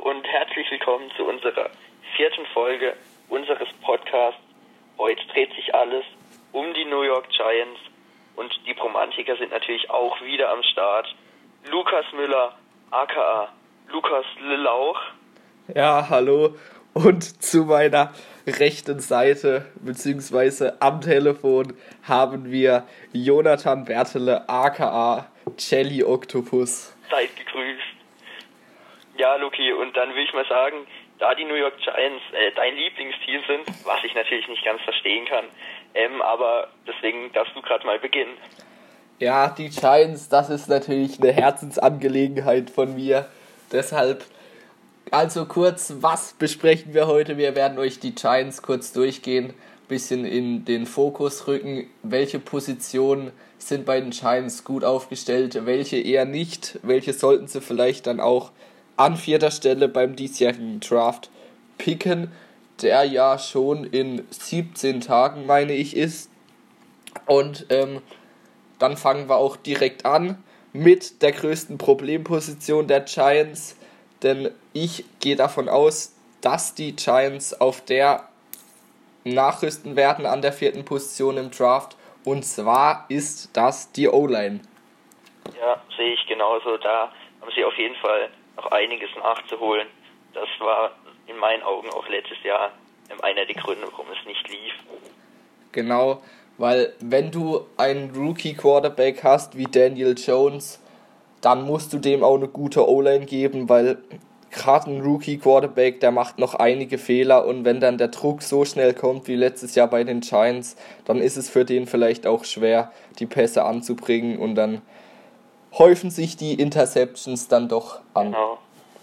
und herzlich willkommen zu unserer 4. Folge unseres Podcasts. Heute dreht sich alles um die New York Giants und die Bromantiker sind natürlich auch wieder am Start. Lukas Müller, aka Lukas Lauch. Ja, hallo. Und zu meiner rechten Seite, beziehungsweise am Telefon, haben wir Jonathan Bertele, aka Jelly Octopus. Seid gegrüßt. Ja, Luki, und dann will ich mal sagen, da die New York Giants dein Lieblingsteam sind, was ich natürlich nicht ganz verstehen kann, aber deswegen darfst du gerade mal beginnen. Ja, die Giants, das ist natürlich eine Herzensangelegenheit von mir. Deshalb, also kurz, was besprechen wir heute? Wir werden euch die Giants kurz durchgehen, bisschen in den Fokus rücken, welche Positionen sind bei den Giants gut aufgestellt, welche eher nicht, welche sollten sie vielleicht dann auch an 4. Stelle beim diesjährigen Draft picken, der ja schon in 17 Tagen, meine ich, ist. Und dann fangen wir auch direkt an mit der größten Problemposition der Giants, denn ich gehe davon aus, dass die Giants auf der nachrüsten werden an der 4. Position im Draft, und zwar ist das die O-Line. Ja, sehe ich genauso. Da haben sie auf jeden Fall noch einiges nachzuholen. Das war in meinen Augen auch letztes Jahr einer der Gründe, warum es nicht lief. Genau, weil wenn du einen Rookie-Quarterback hast wie Daniel Jones, dann musst du dem auch eine gute O-Line geben, weil gerade ein Rookie-Quarterback, der macht noch einige Fehler, und wenn dann der Druck so schnell kommt wie letztes Jahr bei den Giants, dann ist es für den vielleicht auch schwer, die Pässe anzubringen, und dann häufen sich die Interceptions dann doch an. Genau.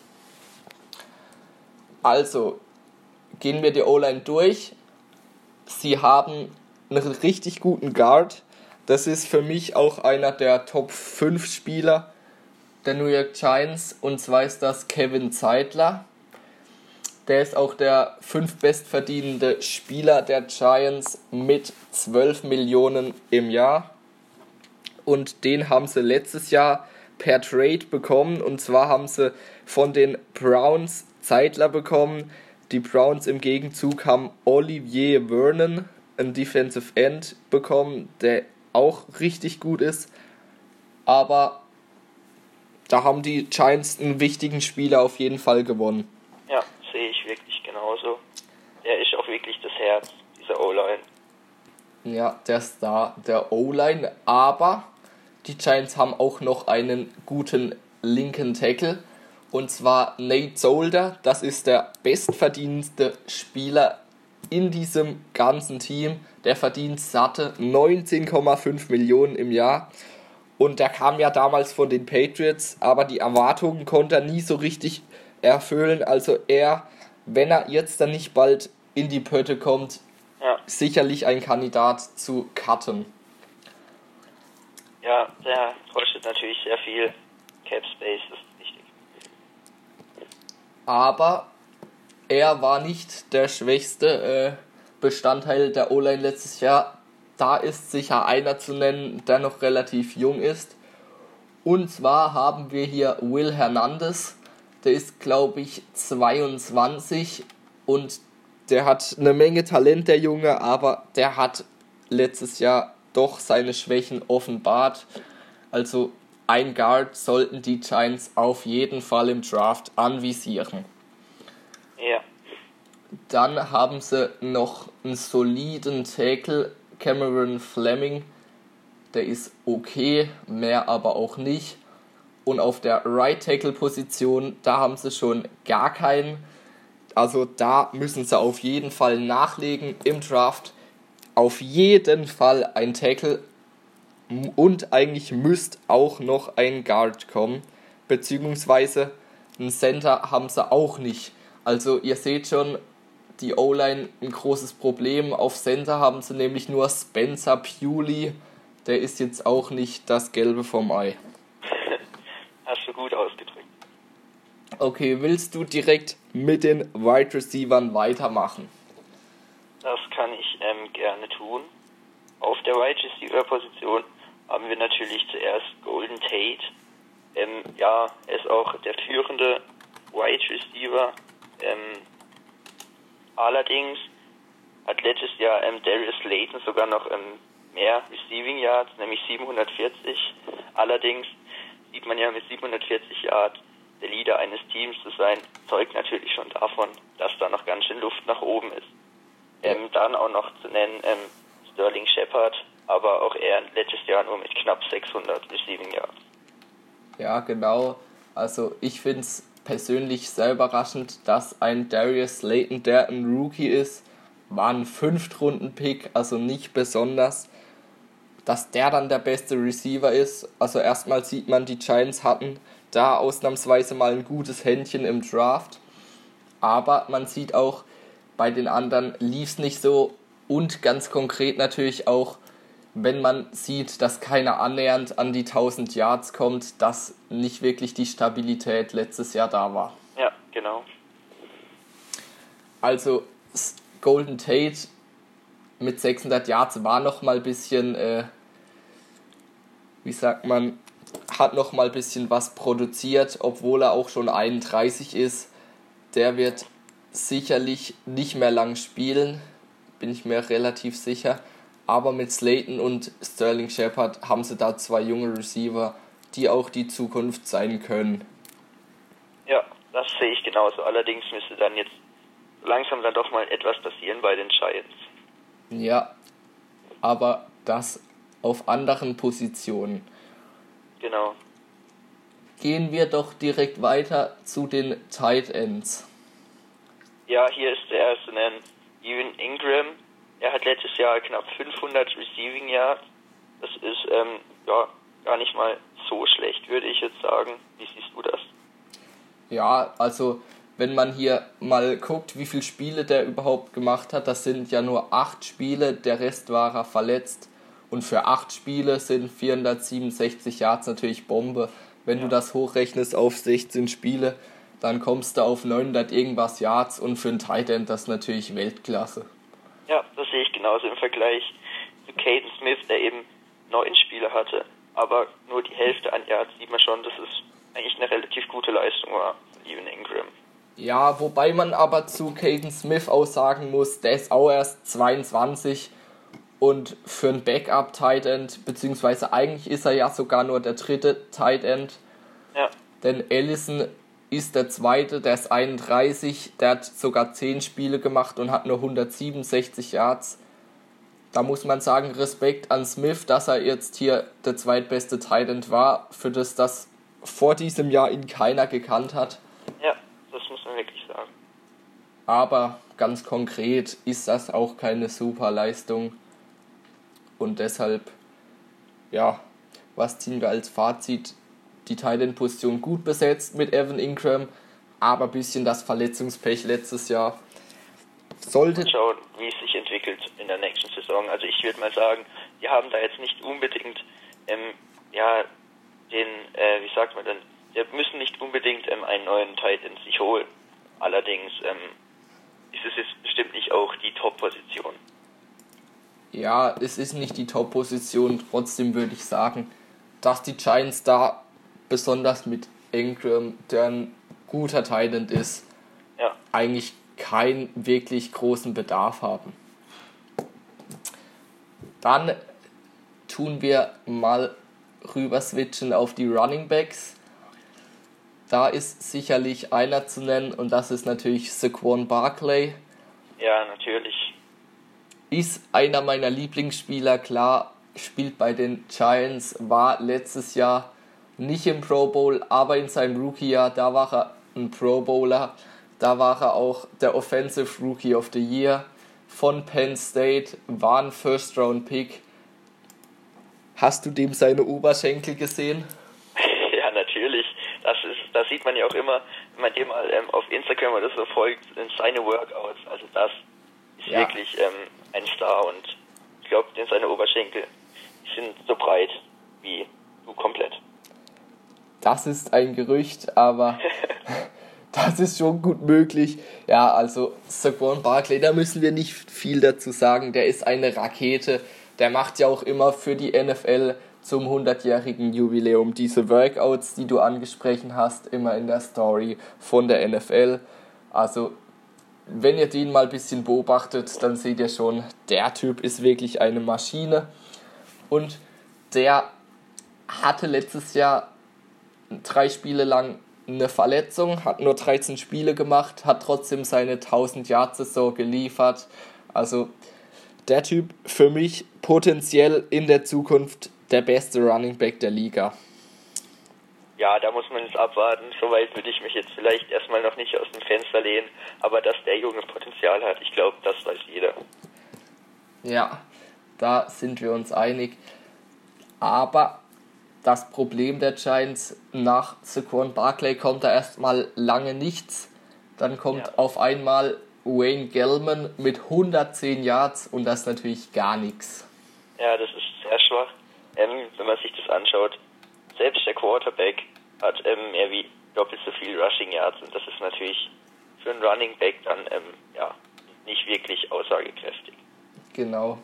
Also, gehen wir die O-Line durch. Sie haben einen richtig guten Guard. Das ist für mich auch einer der Top 5 Spieler der New York Giants, und zwar ist das Kevin Zeitler. Der ist auch der 5 bestverdienende Spieler der Giants mit 12 Millionen im Jahr. Und den haben sie letztes Jahr per Trade bekommen, und zwar haben sie von den Browns Zeitler bekommen. Die Browns im Gegenzug haben Olivier Vernon, ein Defensive End, bekommen, der auch richtig gut ist. Aber da haben die Giants einen wichtigen Spieler auf jeden Fall gewonnen. Ja, sehe ich wirklich genauso. Der ist auch wirklich das Herz dieser O-Line. Ja, der Star der O-Line. Aber die Giants haben auch noch einen guten linken Tackle. Und zwar Nate Solder. Das ist der bestverdienste Spieler in diesem ganzen Team. Der verdient satte 19,5 Millionen im Jahr. Und der kam ja damals von den Patriots, aber die Erwartungen konnte er nie so richtig erfüllen. Also wenn er jetzt dann nicht bald in die Pötte kommt, Ja. sicherlich ein Kandidat zu cutten. Ja, der kostet natürlich sehr viel. Cap Space ist wichtig. Aber er war nicht der schwächste Bestandteil der O-Line letztes Jahr. Da ist sicher einer zu nennen, der noch relativ jung ist. Und zwar haben wir hier Will Hernandez. Der ist, glaube ich, 22 und der hat eine Menge Talent, der Junge, aber der hat letztes Jahr doch seine Schwächen offenbart. Also ein Guard sollten die Giants auf jeden Fall im Draft anvisieren. Ja. Dann haben sie noch einen soliden Tackle, Cameron Fleming. Der ist okay, mehr aber auch nicht. Und auf der Right Tackle Position, da haben sie schon gar keinen. Also da müssen sie auf jeden Fall nachlegen im Draft. Auf jeden Fall ein Tackle. Und eigentlich müsste auch noch ein Guard kommen. Beziehungsweise ein Center haben sie auch nicht. Also ihr seht schon, die O-Line ein großes Problem. Auf Center haben sie nämlich nur Spencer Pulley. Der ist jetzt auch nicht das Gelbe vom Ei. Hast du gut ausgedrückt. Okay, willst du direkt mit den Wide Receivern weitermachen? Das kann ich gerne tun. Auf der Wide Receiver Position haben wir natürlich zuerst Golden Tate. Er ist auch der führende Wide Receiver. Allerdings hat letztes Jahr Darius Slayton sogar noch mehr Receiving Yards, nämlich 740. Allerdings sieht man ja mit 740 Yards der Leader eines Teams zu sein, zeugt natürlich schon davon, dass da noch ganz schön Luft nach oben ist. Dann auch noch zu nennen Sterling Shepard, aber auch er letztes Jahr nur mit knapp 600 Receiving Yards. Ja, genau. Also ich finde es persönlich sehr überraschend, dass ein Darius Slayton, der ein Rookie ist, war ein 5-Runden-Pick, also nicht besonders, dass der dann der beste Receiver ist. Also erstmal sieht man, die Giants hatten da ausnahmsweise mal ein gutes Händchen im Draft, aber man sieht auch, bei den anderen lief es nicht so, und ganz konkret natürlich auch, wenn man sieht, dass keiner annähernd an die 1000 Yards kommt, dass nicht wirklich die Stabilität letztes Jahr da war. Ja, genau. Also Golden Tate mit 600 Yards war noch mal ein bisschen, hat noch mal ein bisschen was produziert, obwohl er auch schon 31 ist. Der wird sicherlich nicht mehr lang spielen, bin ich mir relativ sicher. Aber mit Slayton und Sterling Shepard haben sie da zwei junge Receiver, die auch die Zukunft sein können. Ja, das sehe ich genauso. Allerdings müsste dann jetzt langsam dann doch mal etwas passieren bei den Giants. Ja, aber das auf anderen Positionen. Genau. Gehen wir doch direkt weiter zu den Tight Ends. Ja, hier ist der erste Evan Ingram. Er hat letztes Jahr knapp 500 Receiving Yards. Das ist gar nicht mal so schlecht, würde ich jetzt sagen. Wie siehst du das? Ja, also wenn man hier mal guckt, wie viele Spiele der überhaupt gemacht hat, das sind ja nur 8 Spiele, der Rest war er verletzt. Und für 8 Spiele sind 467 Yards natürlich Bombe. Wenn du das hochrechnest auf 16 Spiele, dann kommst du auf 900 irgendwas Yards, und für einen Tight End das natürlich Weltklasse. Ja, das sehe ich genauso im Vergleich zu Caden Smith, der eben 9 Spiele hatte, aber nur die Hälfte an Yards, sieht man schon, dass es eigentlich eine relativ gute Leistung war von Evan Ingram. Ja, wobei man aber zu Caden Smith auch sagen muss, der ist auch erst 22 und für ein Backup-Tight End, beziehungsweise eigentlich ist er ja sogar nur der dritte Tight End, Ja. denn Allison ist der zweite, der ist 31, der hat sogar 10 Spiele gemacht und hat nur 167 Yards. Da muss man sagen, Respekt an Smith, dass er jetzt hier der zweitbeste Tight End war, für das vor diesem Jahr ihn keiner gekannt hat. Ja, das muss man wirklich sagen. Aber ganz konkret ist das auch keine super Leistung. Und deshalb, ja, was ziehen wir als Fazit? Die Tight End Position gut besetzt mit Evan Ingram, aber ein bisschen das Verletzungspech letztes Jahr. Sollte schauen, wie es sich entwickelt in der nächsten Saison. Also ich würde mal sagen, die haben da jetzt nicht unbedingt wir müssen nicht unbedingt einen neuen Tight End sich holen. Allerdings ist es jetzt bestimmt nicht auch die Top-Position. Ja, es ist nicht die Top-Position, trotzdem würde ich sagen, dass die Giants da besonders mit Ingram, der ein guter Tight End ist, eigentlich keinen wirklich großen Bedarf haben. Dann tun wir mal rüber switchen auf die Running Backs. Da ist sicherlich einer zu nennen, und das ist natürlich Saquon Barkley. Ja, natürlich. Ist einer meiner Lieblingsspieler, klar, spielt bei den Giants, war letztes Jahr nicht im Pro Bowl, aber in seinem Rookie-Jahr, da war er ein Pro Bowler. Da war er auch der Offensive Rookie of the Year von Penn State, war ein First-Round-Pick. Hast du dem seine Oberschenkel gesehen? Ja, natürlich. Das sieht man ja auch immer, wenn man dem mal auf Instagram oder so folgt, in seine Workouts. Also das ist wirklich ein Star, und ich glaube, seine Oberschenkel sind so breit wie du komplett. Das ist ein Gerücht, aber das ist schon gut möglich. Ja, also Saquon Barkley, da müssen wir nicht viel dazu sagen. Der ist eine Rakete. Der macht ja auch immer für die NFL zum 100-jährigen Jubiläum diese Workouts, die du angesprochen hast, immer in der Story von der NFL. Also, wenn ihr den mal ein bisschen beobachtet, dann seht ihr schon, der Typ ist wirklich eine Maschine. Und der hatte letztes Jahr 3 Spiele lang eine Verletzung, hat nur 13 Spiele gemacht, hat trotzdem seine 1000-Yard-Saison geliefert. Also der Typ für mich potenziell in der Zukunft der beste Running Back der Liga. Ja, da muss man jetzt abwarten. Soweit würde ich mich jetzt vielleicht erstmal noch nicht aus dem Fenster lehnen. Aber dass der Junge Potenzial hat, ich glaube, das weiß jeder. Ja, da sind wir uns einig. Aber das Problem der Giants, nach Saquon Barkley kommt da erstmal lange nichts. Dann kommt auf einmal Wayne Gellman mit 110 Yards und das ist natürlich gar nichts. Ja, das ist sehr schwach. Wenn man sich das anschaut, selbst der Quarterback hat mehr wie doppelt so viel Rushing Yards und das ist natürlich für einen Running Back dann nicht wirklich aussagekräftig. Genau.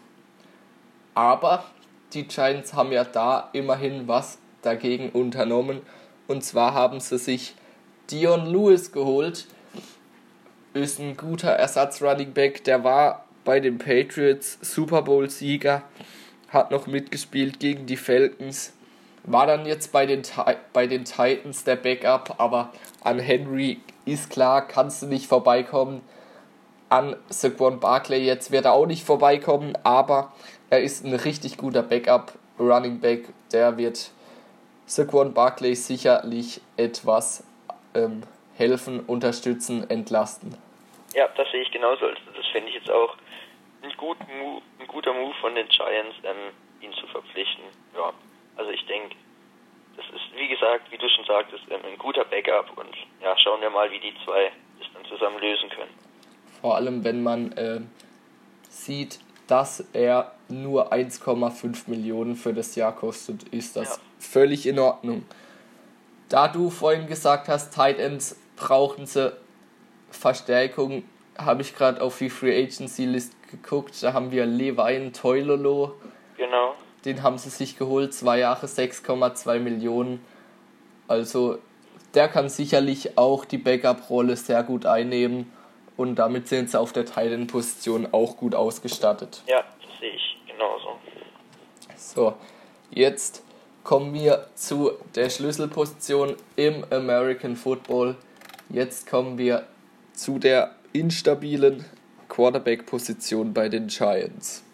Aber die Giants haben ja da immerhin was dagegen unternommen. Und zwar haben sie sich Dion Lewis geholt. Ist ein guter Ersatz-Running-Back. Der war bei den Patriots Super Bowl-Sieger. Hat noch mitgespielt gegen die Falcons. War dann jetzt bei den Titans der Backup. Aber an Henry ist klar, kannst du nicht vorbeikommen. An Saquon Barkley jetzt wird er auch nicht vorbeikommen. Aber er ist ein richtig guter Backup-Running-Back. Der wird Saquon Barkley sicherlich etwas helfen, unterstützen, entlasten. Ja, das sehe ich genauso. Also das finde ich jetzt auch ein guter Move von den Giants, ihn zu verpflichten. Ja, also ich denke, das ist, wie gesagt, wie du schon sagtest, ein guter Backup und ja, schauen wir mal, wie die zwei das dann zusammen lösen können. Vor allem, wenn man sieht, dass er nur 1,5 Millionen für das Jahr kostet, ist das völlig in Ordnung. Da du vorhin gesagt hast, Tight Ends brauchen sie Verstärkung, habe ich gerade auf die Free Agency List geguckt, da haben wir Levine Toilolo. Genau. Den haben sie sich geholt, 2 Jahre, 6,2 Millionen. Also der kann sicherlich auch die Backup-Rolle sehr gut einnehmen und damit sind sie auf der Tight End Position auch gut ausgestattet. Ja, das sehe ich genauso. So, jetzt kommen wir zu der Schlüsselposition im American Football. Jetzt kommen wir zu der instabilen Quarterback-Position bei den Giants.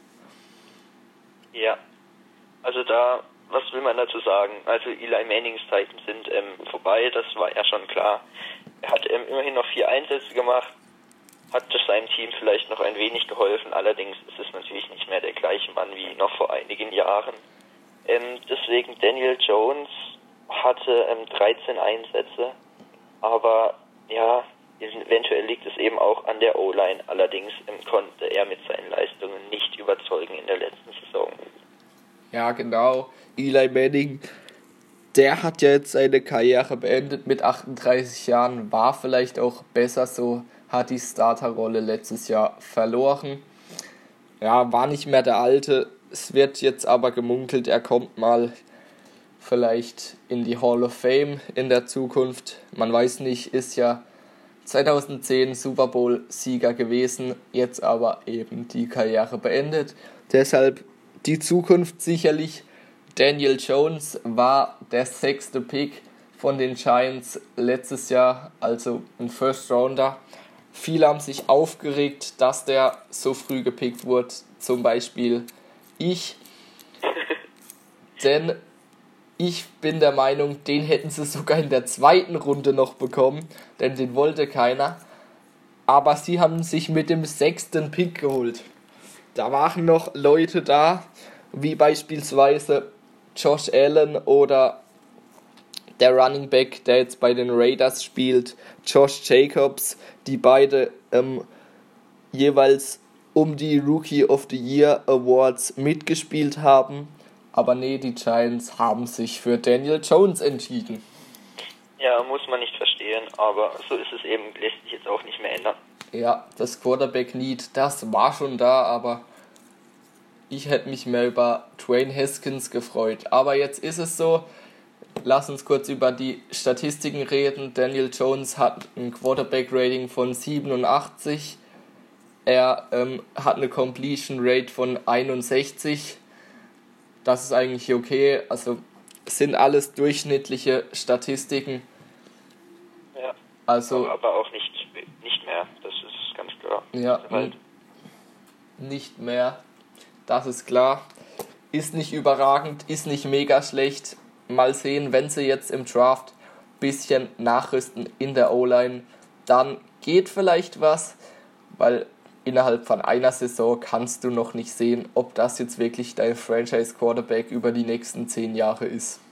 Ja, also da, was will man dazu sagen? Also Eli Mannings Zeiten sind vorbei, das war ja schon klar. Er hat immerhin noch 4 Einsätze gemacht, hat seinem Team vielleicht noch ein wenig geholfen, allerdings ist es natürlich nicht mehr der gleiche Mann wie noch vor einigen Jahren. Deswegen Daniel Jones hatte 13 Einsätze, aber ja, eventuell liegt es eben auch an der O-Line, allerdings konnte er mit seinen Leistungen nicht überzeugen in der letzten Saison. Ja, genau. Eli Manning, der hat ja jetzt seine Karriere beendet mit 38 Jahren, war vielleicht auch besser so, hat die Starterrolle letztes Jahr verloren. Ja, war nicht mehr der Alte. Es wird jetzt aber gemunkelt, er kommt mal vielleicht in die Hall of Fame in der Zukunft. Man weiß nicht, ist ja 2010 Super Bowl Sieger gewesen, jetzt aber eben die Karriere beendet. Deshalb die Zukunft sicherlich. Daniel Jones war der 6. Pick von den Giants letztes Jahr, also ein First Rounder. Viele haben sich aufgeregt, dass der so früh gepickt wurde, zum Beispiel ich. Denn ich bin der Meinung, den hätten sie sogar in der 2. Runde noch bekommen, denn den wollte keiner. Aber sie haben sich mit dem 6. Pick geholt. Da waren noch Leute da, wie beispielsweise Josh Allen oder der Running Back, der jetzt bei den Raiders spielt, Josh Jacobs, die beide jeweils um die Rookie of the Year Awards mitgespielt haben. Aber nee, die Giants haben sich für Daniel Jones entschieden. Ja, muss man nicht verstehen, aber so ist es eben, lässt sich jetzt auch nicht mehr ändern. Ja, das Quarterback-Need, das war schon da, aber ich hätte mich mehr über Dwayne Haskins gefreut. Aber jetzt ist es so, lass uns kurz über die Statistiken reden. Daniel Jones hat ein Quarterback-Rating von 87. Er hat eine Completion Rate von 61. Das ist eigentlich okay. Also sind alles durchschnittliche Statistiken. Ja. Also, aber auch nicht mehr. Das ist ganz klar. Ja, halt. Nicht mehr. Das ist klar. Ist nicht überragend, ist nicht mega schlecht. Mal sehen, wenn sie jetzt im Draft ein bisschen nachrüsten in der O-Line, dann geht vielleicht was, weil innerhalb von einer Saison kannst du noch nicht sehen, ob das jetzt wirklich dein Franchise-Quarterback über die nächsten 10 Jahre ist.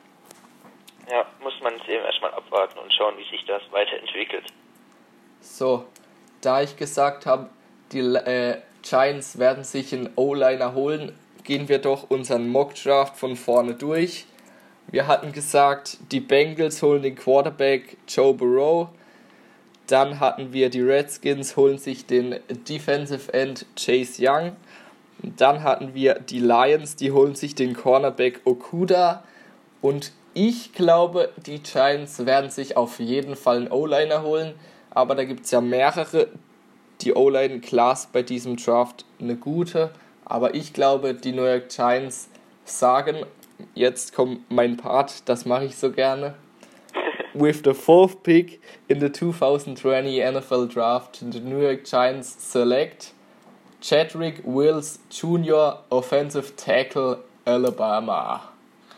Ja, muss man es eben erstmal abwarten und schauen, wie sich das weiterentwickelt. So, da ich gesagt habe, die Giants werden sich einen O-Liner holen, gehen wir doch unseren Mock-Draft von vorne durch. Wir hatten gesagt, die Bengals holen den Quarterback Joe Burrow. Dann hatten wir die Redskins holen sich den Defensive End Chase Young. Dann hatten wir die Lions, die holen sich den Cornerback Okuda. Und ich glaube, die Giants werden sich auf jeden Fall einen O-Liner holen. Aber da gibt es ja mehrere. Die O-Line-Class bei diesem Draft eine gute. Aber ich glaube, die New York Giants sagen, jetzt kommt mein Part, das mache ich so gerne. With the 4th pick in the 2020 NFL Draft, the New York Giants select Chadwick Wills Jr., Offensive Tackle, Alabama.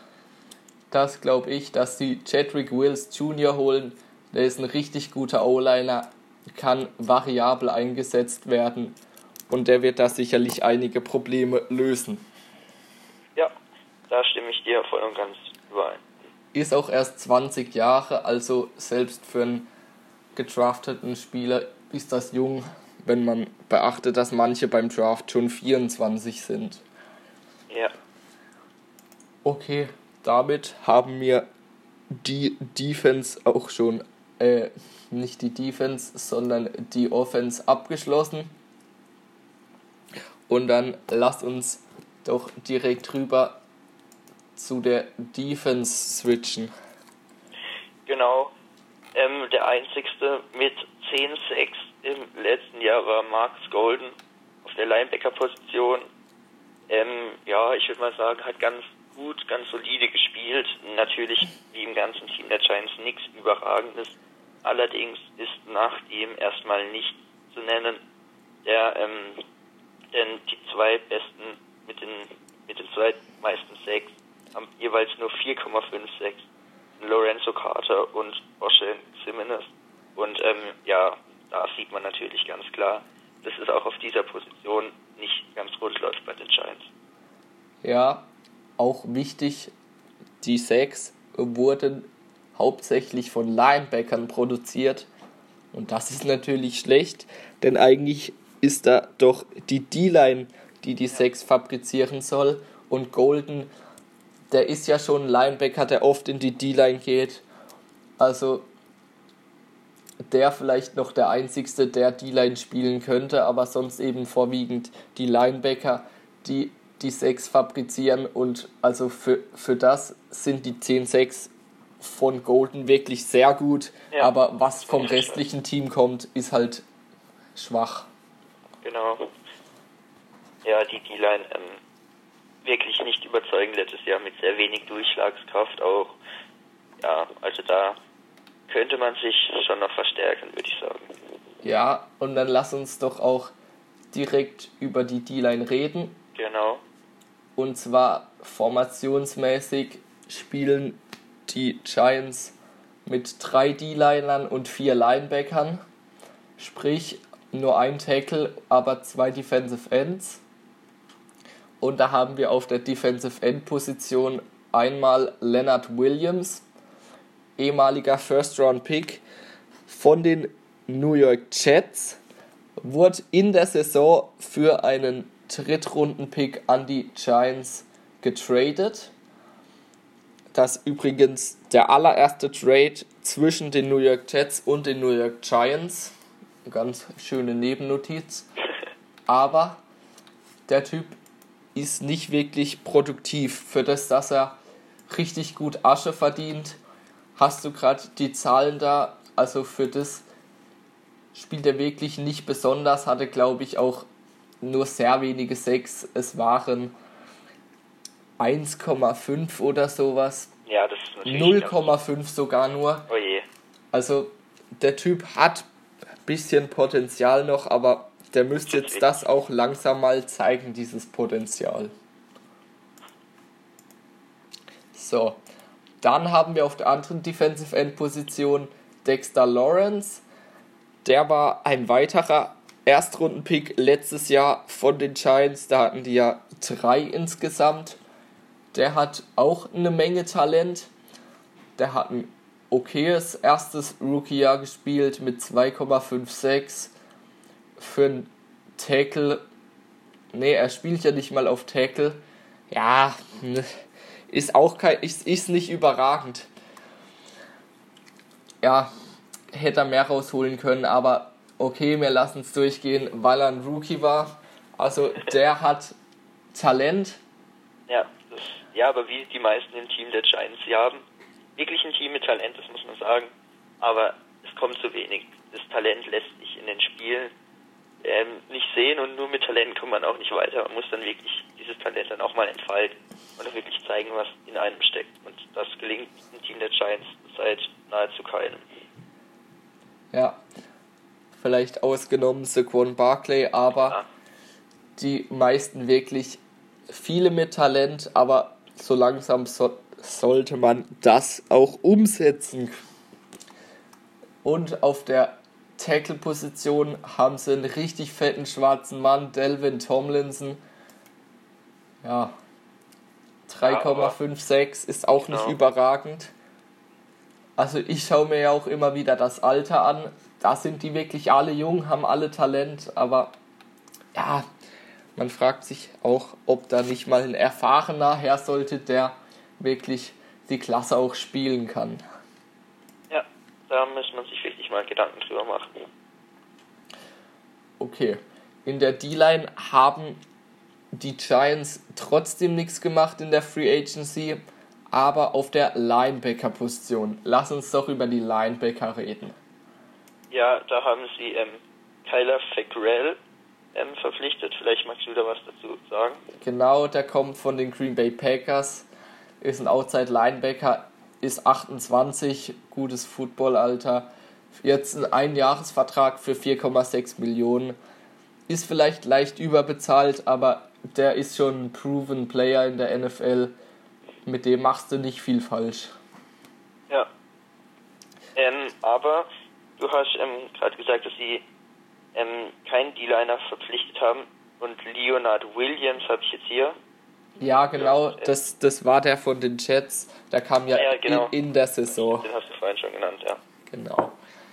Das glaube ich, dass die Chadwick Wills Jr. holen. Der ist ein richtig guter O-Liner, kann variabel eingesetzt werden und der wird da sicherlich einige Probleme lösen. Ja, da stimme ich dir voll und ganz überein. Ist auch erst 20 Jahre, also selbst für einen gedrafteten Spieler ist das jung, wenn man beachtet, dass manche beim Draft schon 24 sind. Ja. Okay, damit haben wir die Defense auch schon, nicht die Defense, sondern die Offense abgeschlossen. Und dann lasst uns doch direkt rüber zu der Defense switchen. Genau. Der einzigste mit 10 Sacks im letzten Jahr war Marcus Golden auf der Linebacker-Position. Ja, ich würde mal sagen, hat ganz gut, ganz solide gespielt. Natürlich wie im ganzen Team der Giants nichts Überragendes. Allerdings ist nach dem erstmal nicht zu nennen, denn die zwei besten mit den zweitmeisten Sacks haben jeweils nur 4,5 Sacks. Lorenzo Carter und O'Shea Jimenez. Und ja, da sieht man natürlich ganz klar, dass es auch auf dieser Position nicht ganz rund läuft bei den Giants. Ja, auch wichtig, die Sacks wurden hauptsächlich von Linebackern produziert. Und das ist natürlich schlecht, denn eigentlich ist da doch die D-Line, die Sacks fabrizieren soll. Und Golden, der ist ja schon ein Linebacker, der oft in die D-Line geht. Also der vielleicht noch der Einzigste, der D-Line spielen könnte, aber sonst eben vorwiegend die Linebacker, die Sacks fabrizieren. Und also für das sind die 10 Sacks von Golden wirklich sehr gut. Ja, aber was vom restlichen Team kommt, ist halt schwach. Genau. Ja, die D-Line wirklich nicht überzeugend letztes Jahr mit sehr wenig Durchschlagskraft auch. Ja, also da könnte man sich schon noch verstärken, würde ich sagen. Ja, und dann lass uns doch auch direkt über die D-Line reden. Genau. Und zwar formationsmäßig spielen die Giants mit 3 D-Linern und 4 Linebackern. Sprich, nur ein Tackle, aber 2 Defensive Ends. Und da haben wir auf der Defensive End Position einmal Leonard Williams, ehemaliger First-Round-Pick von den New York Jets, wurde in der Saison für einen Drittrunden-Pick an die Giants getradet. Das ist übrigens der allererste Trade zwischen den New York Jets und den New York Giants. Eine ganz schöne Nebennotiz. Aber der Typ ist nicht wirklich produktiv. Für das, dass er richtig gut Asche verdient, hast du gerade die Zahlen da. Also für das spielt er wirklich nicht besonders, hatte glaube ich auch nur sehr wenige Sacks. Es waren 1,5 oder sowas. Ja, das ist natürlich 0,5 sogar nur. Oh je. Also der Typ hat ein bisschen Potenzial noch, aber der müsste jetzt das auch langsam mal zeigen, dieses Potenzial. So, dann haben wir auf der anderen Defensive End Position Dexter Lawrence. Der war ein weiterer Erstrundenpick letztes Jahr von den Giants. Da hatten die ja 3 insgesamt. Der hat auch eine Menge Talent. Der hat ein okayes erstes Rookie-Jahr gespielt mit 2,56 für einen Tackle. Ne, er spielt ja nicht mal auf Tackle. Ja, ist nicht überragend. Ja, hätte er mehr rausholen können, aber okay, wir lassen es durchgehen, weil er ein Rookie war. Also der hat Talent. Ja, aber wie die meisten im Team der Giants, sie haben wirklich ein Team mit Talent, das muss man sagen, aber es kommt zu wenig. Das Talent lässt sich in den Spielen nicht sehen und nur mit Talent kommt man auch nicht weiter. Man muss dann wirklich dieses Talent dann auch mal entfalten und auch wirklich zeigen, was in einem steckt. Und das gelingt im Team der Giants seit nahezu keinem. Ja, vielleicht ausgenommen Saquon Barkley, aber die meisten wirklich viele mit Talent, aber so langsam sollte man das auch umsetzen. Und auf der Tackle-Position haben sie einen richtig fetten schwarzen Mann, Delvin Tomlinson. Ja, 3,56 ist auch nicht überragend. Also ich schaue mir ja auch immer wieder das Alter an. Da sind die wirklich alle jung, haben alle Talent, aber ja, man fragt sich auch, ob da nicht mal ein Erfahrener her sollte, der wirklich die Klasse auch spielen kann. Ja, da muss man sich wirklich mal Gedanken drüber machen. Okay, in der D-Line haben die Giants trotzdem nichts gemacht in der Free Agency, aber auf der Linebacker-Position. Lass uns doch über die Linebacker reden. Ja, da haben sie Kyler Fackrell verpflichtet. Vielleicht magst du da was dazu sagen? Genau, der kommt von den Green Bay Packers, ist ein Outside-Linebacker, ist 28, gutes Footballalter. Jetzt ein Einjahresvertrag für 4,6 Millionen. Ist vielleicht leicht überbezahlt, aber der ist schon ein proven Player in der NFL. Mit dem machst du nicht viel falsch. Ja. Aber du hast gerade gesagt, dass sie keinen D-Liner verpflichtet haben. Und Leonard Williams habe ich jetzt hier. Ja, genau, das war der von den Jets. Der kam ja, genau. in der Saison. Den hast du vorhin schon genannt, ja. Genau.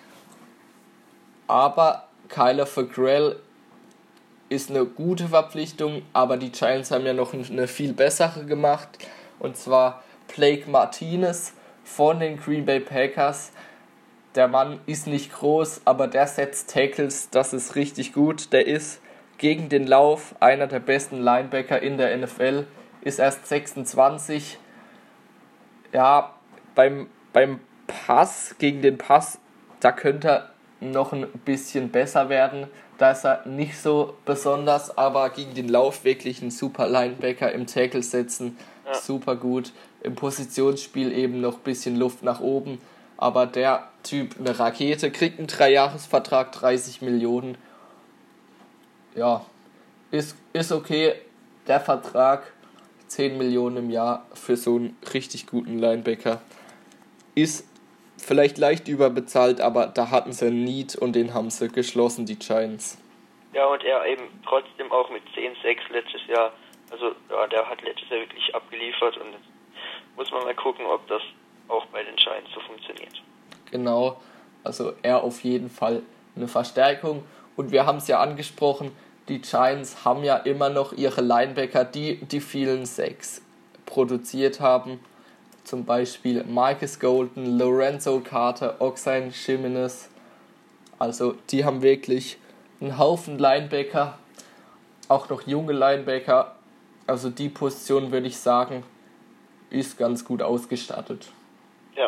Aber Kyler Fackrell ist eine gute Verpflichtung, aber die Giants haben ja noch eine viel bessere gemacht. Und zwar Blake Martinez von den Green Bay Packers. Der Mann ist nicht groß, aber der setzt Tackles, das ist richtig gut. Der ist gegen den Lauf einer der besten Linebacker in der NFL, ist erst 26. Ja, beim Pass, gegen den Pass, da könnte er noch ein bisschen besser werden. Da ist er nicht so besonders, aber gegen den Lauf wirklich ein super Linebacker im Tackle setzen, super gut. Im Positionsspiel eben noch ein bisschen Luft nach oben, aber der Typ eine Rakete, kriegt einen 3-Jahres-Vertrag, 30 Millionen. Ja, ist okay, der Vertrag, 10 Millionen im Jahr für so einen richtig guten Linebacker. Ist vielleicht leicht überbezahlt, aber da hatten sie einen Need und den haben sie geschlossen, die Giants. Ja, und er eben trotzdem auch mit 10-6 letztes Jahr, also ja, der hat letztes Jahr wirklich abgeliefert und jetzt muss man mal gucken, ob das auch bei den Giants so funktioniert. Genau, also er auf jeden Fall eine Verstärkung und wir haben es ja angesprochen, die Giants haben ja immer noch ihre Linebacker, die vielen Sacks produziert haben. Zum Beispiel Marcus Golden, Lorenzo Carter, Oxane Jimenez. Also die haben wirklich einen Haufen Linebacker, auch noch junge Linebacker. Also die Position, würde ich sagen, ist ganz gut ausgestattet. Ja.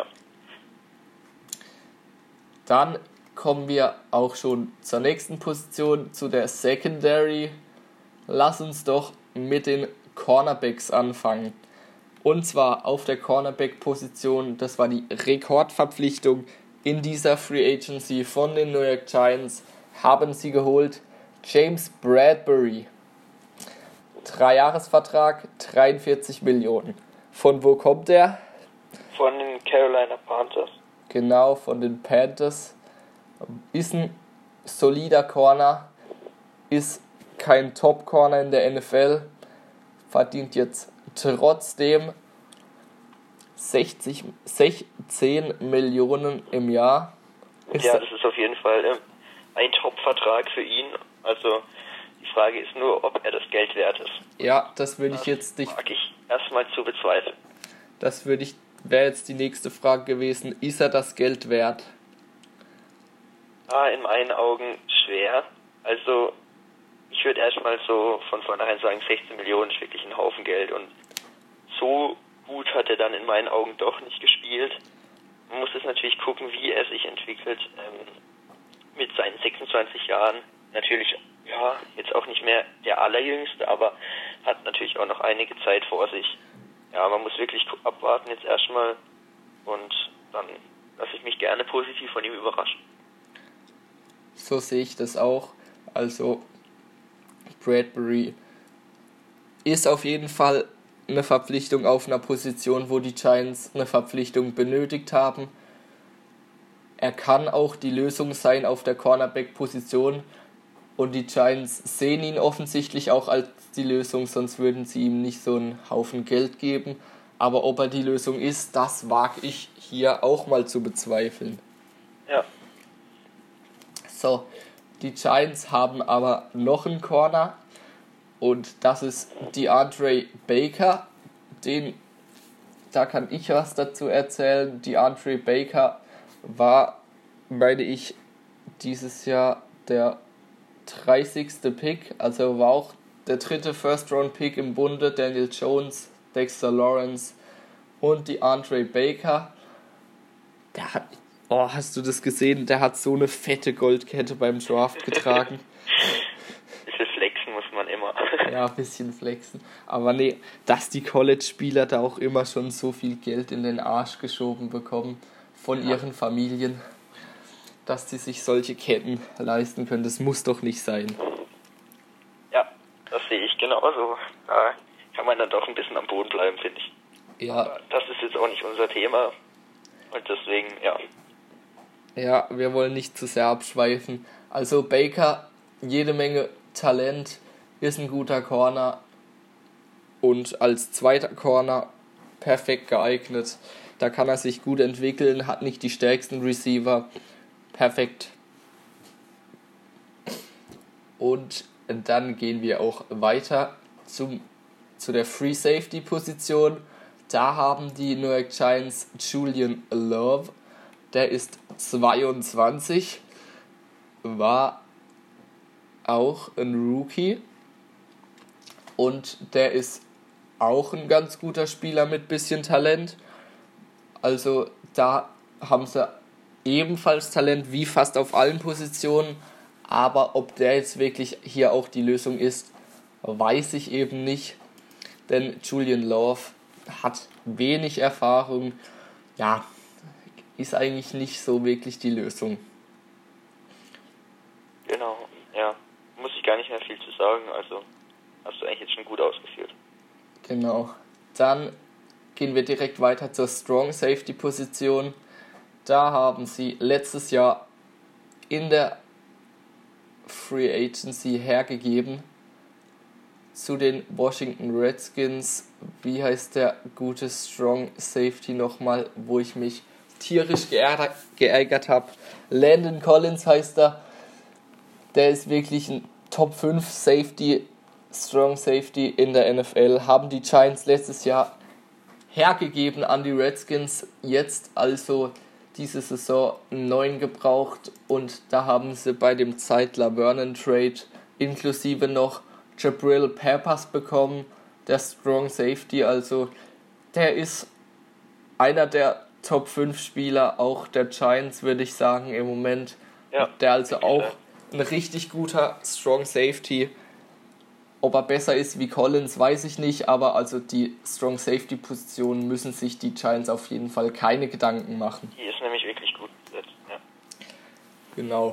Dann kommen wir auch schon zur nächsten Position, zu der Secondary. Lass uns doch mit den Cornerbacks anfangen. Und zwar auf der Cornerback-Position, das war die Rekordverpflichtung in dieser Free Agency von den New York Giants, haben sie geholt James Bradbury. 3-Jahres-Vertrag, 43 Millionen. Von wo kommt der? Von den Carolina Panthers. Genau, von den Panthers. Ist ein solider Corner, ist kein Top-Corner in der NFL, verdient jetzt trotzdem 16 Millionen im Jahr. Das ist auf jeden Fall ein Top-Vertrag für ihn. Also die Frage ist nur, ob er das Geld wert ist. Ja, das würde ich jetzt nicht. Mag ich erstmal zu bezweifeln. Wäre jetzt die nächste Frage gewesen, ist er das Geld wert? In meinen Augen schwer. Also ich würde erstmal so von vornherein sagen, 16 Millionen ist wirklich ein Haufen Geld und so gut hat er dann in meinen Augen doch nicht gespielt. Man muss jetzt natürlich gucken, wie er sich entwickelt mit seinen 26 Jahren. Natürlich, ja, jetzt auch nicht mehr der Allerjüngste, aber hat natürlich auch noch einige Zeit vor sich. Ja, man muss wirklich abwarten jetzt erstmal und dann lasse ich mich gerne positiv von ihm überraschen. So sehe ich das auch. Also Bradbury ist auf jeden Fall eine Verpflichtung auf einer Position, wo die Giants eine Verpflichtung benötigt haben. Er kann auch die Lösung sein auf der Cornerback-Position und die Giants sehen ihn offensichtlich auch als die Lösung, sonst würden sie ihm nicht so einen Haufen Geld geben. Aber ob er die Lösung ist, das wage ich hier auch mal zu bezweifeln. Ja. So, die Giants haben aber noch einen Corner und das ist DeAndre Baker. Da kann ich was dazu erzählen. DeAndre Baker war, meine ich, dieses Jahr der 30. Pick, also war auch der 3. First-Round-Pick im Bunde. Daniel Jones, Dexter Lawrence und DeAndre Baker. Der hat, hast du das gesehen? Der hat so eine fette Goldkette beim Draft getragen. Bisschen flexen muss man immer. Ja, ein bisschen flexen. Aber nee, dass die College-Spieler da auch immer schon so viel Geld in den Arsch geschoben bekommen von ihren Familien, dass sie sich solche Ketten leisten können, das muss doch nicht sein. Ja, das sehe ich genauso. Da kann man dann doch ein bisschen am Boden bleiben, finde ich. Ja. Aber das ist jetzt auch nicht unser Thema und deswegen, ja. Ja, wir wollen nicht zu sehr abschweifen. Also Baker, jede Menge Talent, ist ein guter Corner und als zweiter Corner perfekt geeignet. Da kann er sich gut entwickeln, hat nicht die stärksten Receiver. Perfekt. Und dann gehen wir auch weiter zu der Free Safety Position. Da haben die New York Giants Julian Love. Der ist 22, war auch ein Rookie und der ist auch ein ganz guter Spieler mit bisschen Talent. Also da haben sie ebenfalls Talent wie fast auf allen Positionen, aber ob der jetzt wirklich hier auch die Lösung ist, weiß ich eben nicht, denn Julian Love hat wenig Erfahrung, ja, ist eigentlich nicht so wirklich die Lösung. Genau, ja, muss ich gar nicht mehr viel zu sagen, also hast du eigentlich jetzt schon gut ausgeführt. Genau, dann gehen wir direkt weiter zur Strong Safety Position. Da haben sie letztes Jahr in der Free Agency hergegeben zu den Washington Redskins. Wie heißt der gute Strong Safety nochmal, wo ich mich tierisch geärgert habe? Landon Collins heißt er. Der ist wirklich ein Top 5 Safety, Strong Safety in der NFL. Haben die Giants letztes Jahr hergegeben an die Redskins. Jetzt also diese Saison einen neuen gebraucht und da haben sie bei dem Zeitler Vernon Trade inklusive noch Jabril Peppers bekommen. der Strong Safety, also der ist einer der Top 5 Spieler auch der Giants, würde ich sagen, im Moment. Ja, der also auch ein richtig guter Strong Safety. Ob er besser ist wie Collins, weiß ich nicht, aber also die Strong Safety Position müssen sich die Giants auf jeden Fall keine Gedanken machen. Die ist nämlich wirklich gut besetzt, ja. Genau.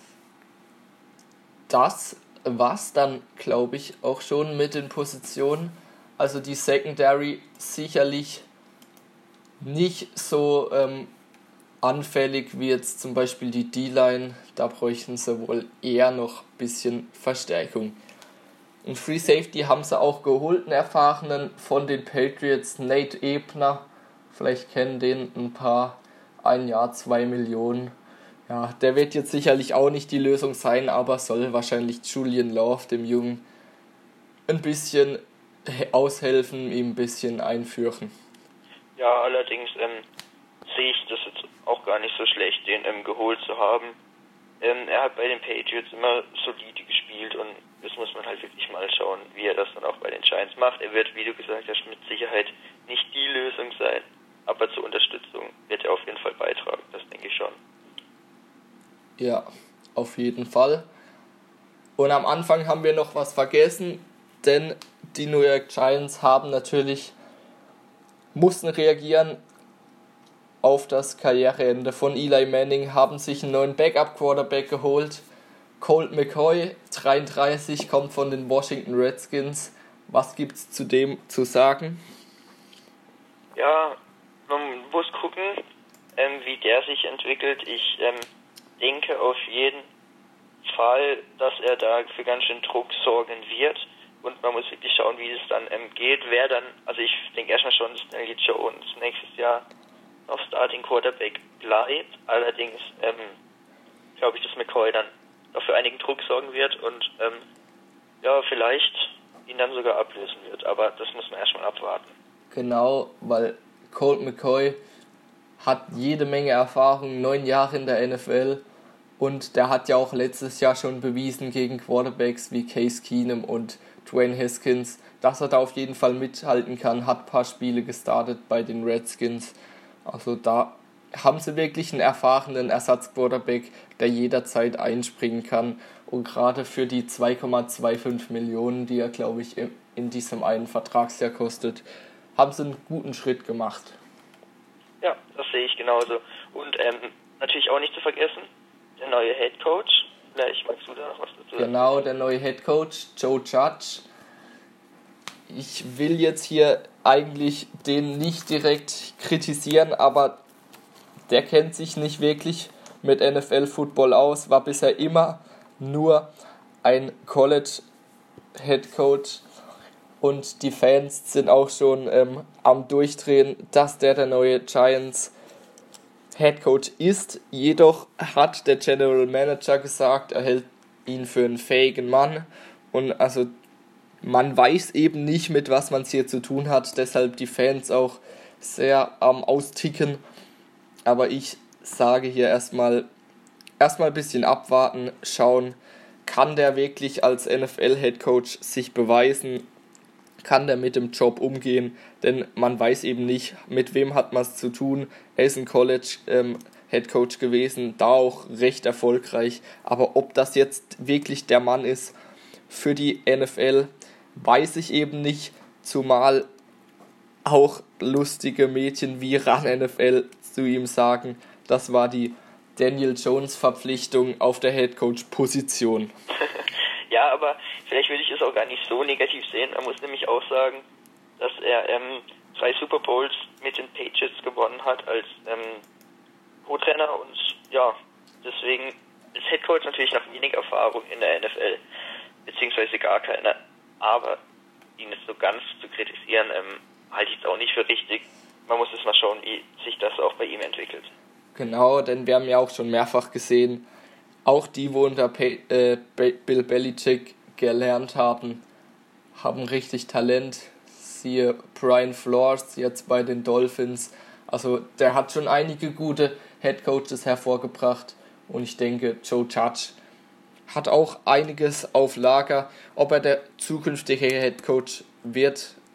Das war's dann, glaube ich, auch schon mit den Positionen. Also die Secondary sicherlich nicht so anfällig wie jetzt zum Beispiel die D-Line. Da bräuchten sie wohl eher noch ein bisschen Verstärkung. Und Free Safety haben sie auch geholt, einen erfahrenen von den Patriots, Nate Ebner. Vielleicht kennen den ein paar, 1 Jahr, 2 Millionen. Ja, der wird jetzt sicherlich auch nicht die Lösung sein, aber soll wahrscheinlich Julian Love, dem Jungen, ein bisschen aushelfen, ihm ein bisschen einführen. Ja, allerdings sehe ich das jetzt auch gar nicht so schlecht, den geholt zu haben. Er hat bei den Patriots immer solide gespielt und das muss man halt wirklich mal schauen, wie er das dann auch bei den Giants macht. Er wird, wie du gesagt hast, mit Sicherheit nicht die Lösung sein, aber zur Unterstützung wird er auf jeden Fall beitragen, das denke ich schon. Ja, auf jeden Fall. Und am Anfang haben wir noch was vergessen, denn die New York Giants mussten reagieren auf das Karriereende von Eli Manning, haben sich einen neuen Backup-Quarterback geholt. Colt McCoy, 33, kommt von den Washington Redskins. Was gibt's zu dem zu sagen? Ja, man muss gucken, wie der sich entwickelt. Ich denke auf jeden Fall, dass er da für ganz schön Druck sorgen wird. Und man muss wirklich schauen, wie es dann geht. Wer dann, also ich denke erstmal schon, dass Stanley Jones nächstes Jahr auf Starting Quarterback bleibt. Allerdings glaube ich, dass McCoy dann auch für einigen Druck sorgen wird und vielleicht ihn dann sogar ablösen wird. Aber das muss man erstmal abwarten. Genau, weil Colt McCoy hat jede Menge Erfahrung, 9 Jahre in der NFL und der hat ja auch letztes Jahr schon bewiesen gegen Quarterbacks wie Case Keenum und Dwayne Haskins, dass er da auf jeden Fall mithalten kann, hat ein paar Spiele gestartet bei den Redskins. Also da haben sie wirklich einen erfahrenen Ersatzquarterback, der jederzeit einspringen kann. Und gerade für die 2,25 Millionen, die er, glaube ich, in diesem einen Vertragsjahr kostet, haben sie einen guten Schritt gemacht. Ja, das sehe ich genauso. Und natürlich auch nicht zu vergessen, der neue Head Coach. Vielleicht magst du da noch was dazu sagen. Genau, der neue Head Coach, Joe Judge. Ich will jetzt hier eigentlich den nicht direkt kritisieren, aber der kennt sich nicht wirklich mit NFL-Football aus, war bisher immer nur ein College-Head-Coach und die Fans sind auch schon am Durchdrehen, dass der neue Giants-Head-Coach ist. Jedoch hat der General Manager gesagt, er hält ihn für einen fähigen Mann und also man weiß eben nicht, mit was man es hier zu tun hat, deshalb die Fans auch sehr am Austicken. Aber ich sage hier erstmal ein bisschen abwarten, schauen, kann der wirklich als NFL-Headcoach sich beweisen, kann der mit dem Job umgehen, denn man weiß eben nicht, mit wem hat man es zu tun. Er ist ein College-Headcoach gewesen, da auch recht erfolgreich, aber ob das jetzt wirklich der Mann ist für die NFL, weiß ich eben nicht, zumal auch lustige Mädchen wie RAN NFL zu ihm sagen, das war die Daniel Jones Verpflichtung auf der Headcoach-Position. Ja, aber vielleicht würde ich es auch gar nicht so negativ sehen. Man muss nämlich auch sagen, dass er 3 Super Bowls mit den Patriots gewonnen hat als Co-Trainer und ja, deswegen als Headcoach natürlich noch wenig Erfahrung in der NFL, beziehungsweise gar keine. Aber ihn jetzt so ganz zu kritisieren, halte ich es auch nicht für richtig. Man muss jetzt mal schauen, wie sich das auch bei ihm entwickelt. Genau, denn wir haben ja auch schon mehrfach gesehen, auch die, wo unter Bill Belichick gelernt haben richtig Talent. Siehe Brian Flores jetzt bei den Dolphins. Also der hat schon einige gute Headcoaches hervorgebracht und ich denke, Joe Judge hat auch einiges auf Lager. Ob er der zukünftige Headcoach wird,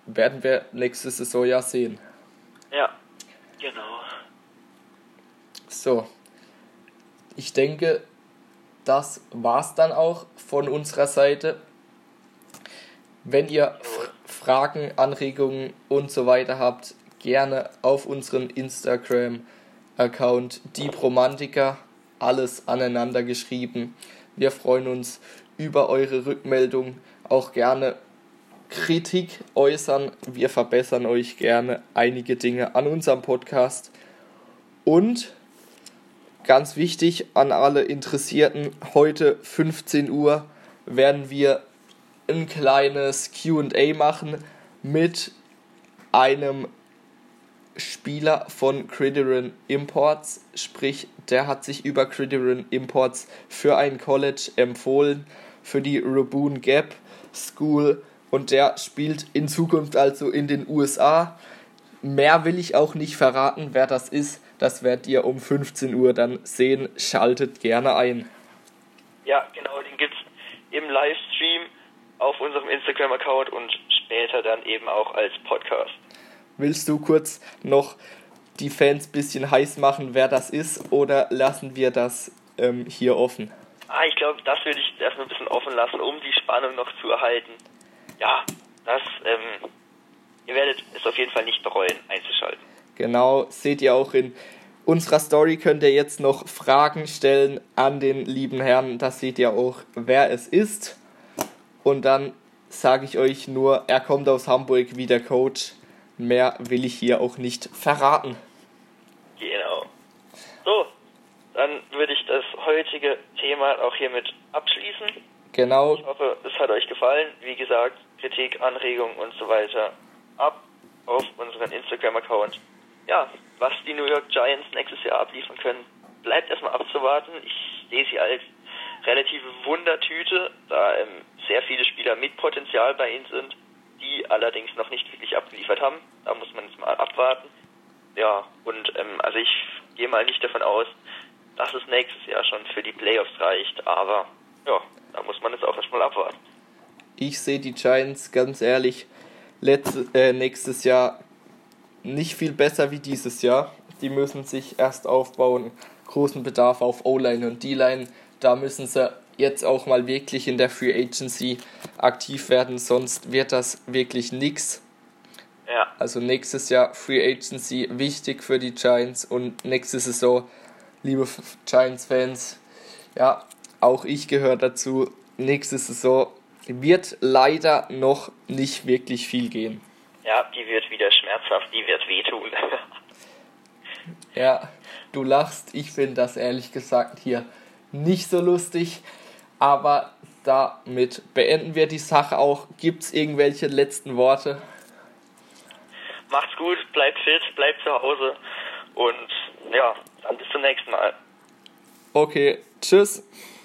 werden wir nächste Saison ja sehen. Ja, genau. So, ich denke, das war's dann auch von unserer Seite. Wenn ihr Fragen, Anregungen und so weiter habt, gerne auf unseren Instagram-Account diepromantiker, alles aneinander geschrieben. Wir freuen uns über eure Rückmeldung, auch gerne Kritik äußern. Wir verbessern euch gerne einige Dinge an unserem Podcast. Und ganz wichtig an alle Interessierten, heute 15 Uhr werden wir ein kleines Q&A machen mit einem Spieler von Criterion Imports, sprich, der hat sich über Criterion Imports für ein College empfohlen, für die Rabun Gap School, und der spielt in Zukunft also in den USA. Mehr will ich auch nicht verraten, wer das ist. Das werdet ihr um 15 Uhr dann sehen. Schaltet gerne ein. Ja, genau, den gibt's im Livestream auf unserem Instagram-Account und später dann eben auch als Podcast. Willst du kurz noch die Fans ein bisschen heiß machen, wer das ist, oder lassen wir das hier offen? Ich glaube, das würde ich erstmal ein bisschen offen lassen, um die Spannung noch zu erhalten. Ja, ihr werdet es auf jeden Fall nicht bereuen, einzuschalten. Genau, seht ihr auch in unserer Story, könnt ihr jetzt noch Fragen stellen an den lieben Herrn. Da seht ihr auch, wer es ist. Und dann sage ich euch nur, er kommt aus Hamburg wie der Coach. Mehr will ich hier auch nicht verraten. Genau. So, dann würde ich das heutige Thema auch hiermit abschließen. Genau. Ich hoffe, es hat euch gefallen. Wie gesagt, Kritik, Anregungen und so weiter ab auf unseren Instagram-Account. Ja, was die New York Giants nächstes Jahr abliefern können, bleibt erstmal abzuwarten. Ich sehe sie als relative Wundertüte, da sehr viele Spieler mit Potenzial bei ihnen sind, die allerdings noch nicht wirklich abgeliefert haben. Da muss man jetzt mal abwarten. Ja, und also ich gehe mal nicht davon aus, dass es nächstes Jahr schon für die Playoffs reicht, aber ja, da muss man jetzt auch erstmal abwarten. Ich sehe die Giants, ganz ehrlich, nächstes Jahr nicht viel besser wie dieses Jahr. Die müssen sich erst aufbauen, großen Bedarf auf O-Line und D-Line. Da müssen sie jetzt auch mal wirklich in der Free Agency aktiv werden, sonst wird das wirklich nix. Ja. Also nächstes Jahr Free Agency wichtig für die Giants, und nächste Saison, liebe Giants-Fans, ja, auch ich gehöre dazu, nächste Saison wird leider noch nicht wirklich viel gehen. Ja, die wird wieder schmerzhaft, die wird wehtun. Ja, du lachst, ich finde das ehrlich gesagt hier nicht so lustig, aber damit beenden wir die Sache auch. Gibt es irgendwelche letzten Worte? Macht's gut, bleibt fit, bleibt zu Hause und ja, dann bis zum nächsten Mal. Okay, tschüss.